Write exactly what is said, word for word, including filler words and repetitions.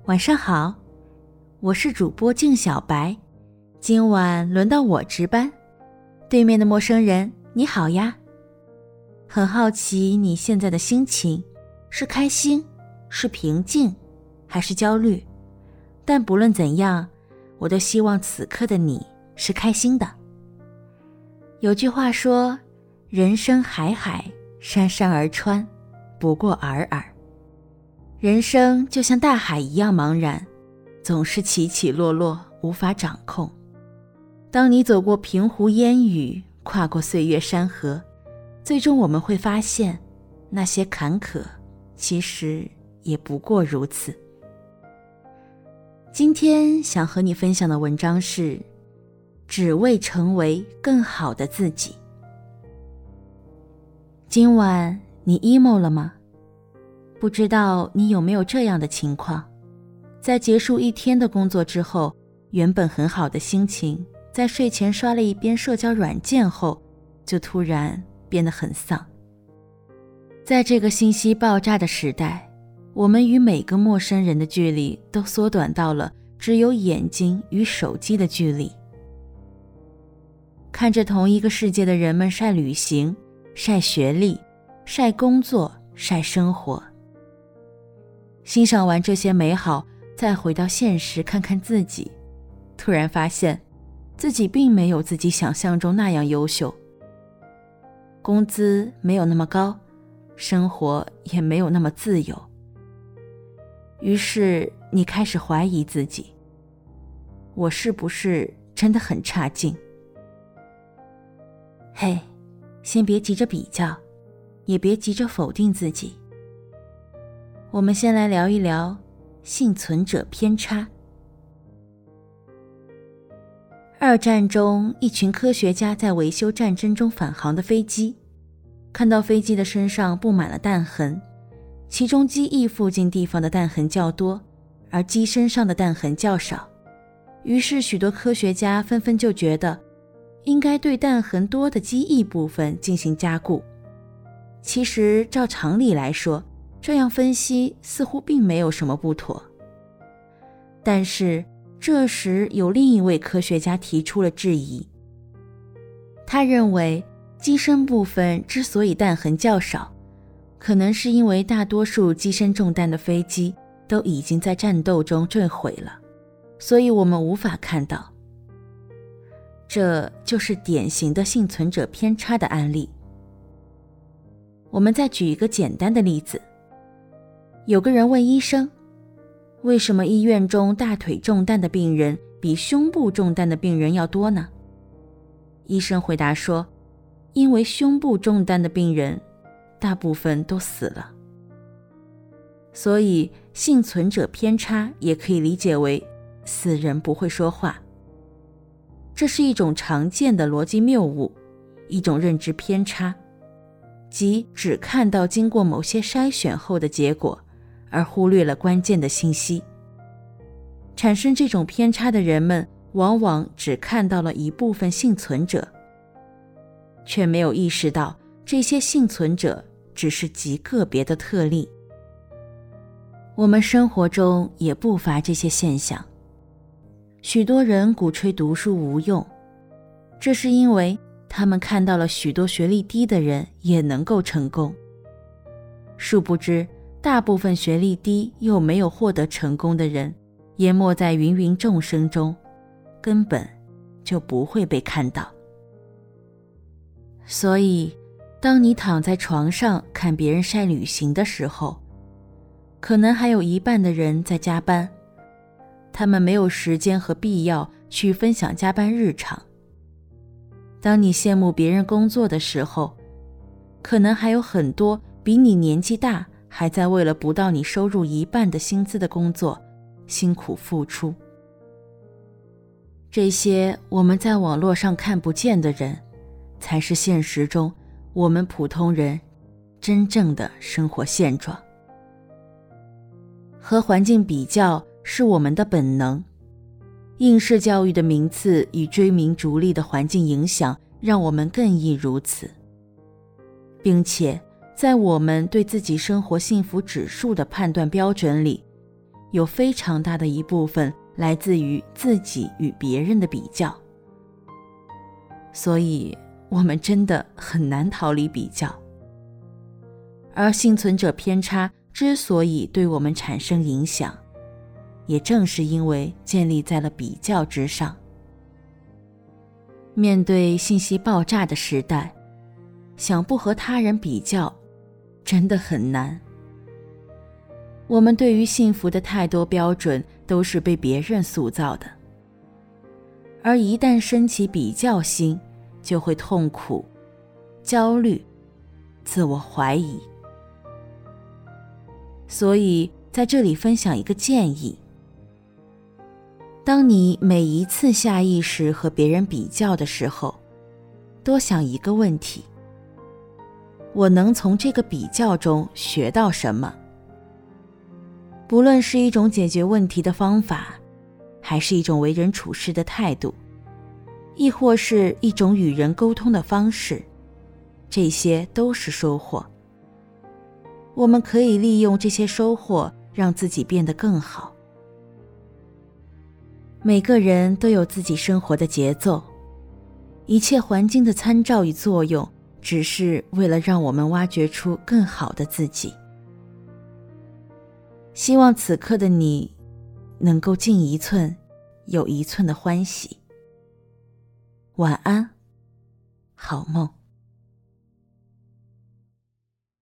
晚上好，我是主播静小白，今晚轮到我值班。对面的陌生人，你好呀。很好奇你现在的心情，是开心，是平静，还是焦虑？但不论怎样，我都希望此刻的你是开心的。有句话说，人生海海，山山而川，不过尔尔。人生就像大海一样茫然，总是起起落落，无法掌控。当你走过平湖烟雨，跨过岁月山河，最终我们会发现，那些坎坷其实也不过如此。今天想和你分享的文章是只为成为更好的自己。今晚你 emo 了吗？不知道你有没有这样的情况，在结束一天的工作之后，原本很好的心情，在睡前刷了一遍社交软件后，就突然变得很丧。在这个信息爆炸的时代，我们与每个陌生人的距离都缩短到了只有眼睛与手机的距离。看着同一个世界的人们晒旅行、晒学历、晒工作、晒生活，欣赏完这些美好，再回到现实看看自己，突然发现自己并没有自己想象中那样优秀。工资没有那么高，生活也没有那么自由。于是你开始怀疑自己，我是不是真的很差劲？嘿，先别急着比较，也别急着否定自己。我们先来聊一聊幸存者偏差。二战中，一群科学家在维修战争中返航的飞机，看到飞机的身上布满了弹痕，其中机翼附近地方的弹痕较多，而机身上的弹痕较少。于是许多科学家纷纷就觉得，应该对弹痕多的机翼部分进行加固。其实照常理来说，这样分析似乎并没有什么不妥。但是这时有另一位科学家提出了质疑。他认为机身部分之所以弹痕较少，可能是因为大多数机身中弹的飞机都已经在战斗中坠毁了，所以我们无法看到。这就是典型的幸存者偏差的案例。我们再举一个简单的例子。有个人问医生，为什么医院中大腿中弹的病人比胸部中弹的病人要多呢？医生回答说，因为胸部中弹的病人大部分都死了。所以幸存者偏差也可以理解为死人不会说话。这是一种常见的逻辑谬误，一种认知偏差，即只看到经过某些筛选后的结果，而忽略了关键的信息。产生这种偏差的人们往往只看到了一部分幸存者，却没有意识到这些幸存者只是极个别的特例。我们生活中也不乏这些现象。许多人鼓吹读书无用，这是因为他们看到了许多学历低的人也能够成功。殊不知，大部分学历低又没有获得成功的人，淹没在芸芸众生中，根本就不会被看到。所以，当你躺在床上看别人晒旅行的时候，可能还有一半的人在加班，他们没有时间和必要去分享加班日常。当你羡慕别人工作的时候，可能还有很多比你年纪大，还在为了不到你收入一半的薪资的工作辛苦付出。这些我们在网络上看不见的人，才是现实中我们普通人真正的生活现状。和环境比较是我们的本能，应试教育的名次与追名逐利的环境影响，让我们更易如此。并且在我们对自己生活幸福指数的判断标准里， 有非常大的一部分来自于自己与别人的比较，所以我们真的很难逃离比较。而幸存者偏差之所以对我们产生影响，也正是因为建立在了比较之上。面对信息爆炸的时代，想不和他人比较真的很难。我们对于幸福的太多标准都是被别人塑造的，而一旦升起比较心，就会痛苦、焦虑、自我怀疑。所以在这里分享一个建议，当你每一次下意识和别人比较的时候，多想一个问题：我能从这个比较中学到什么？不论是一种解决问题的方法，还是一种为人处事的态度，亦或是一种与人沟通的方式，这些都是收获。我们可以利用这些收获让自己变得更好。每个人都有自己生活的节奏，一切环境的参照与作用，只是为了让我们挖掘出更好的自己。希望此刻的你能够进一寸有一寸的欢喜。晚安，好梦。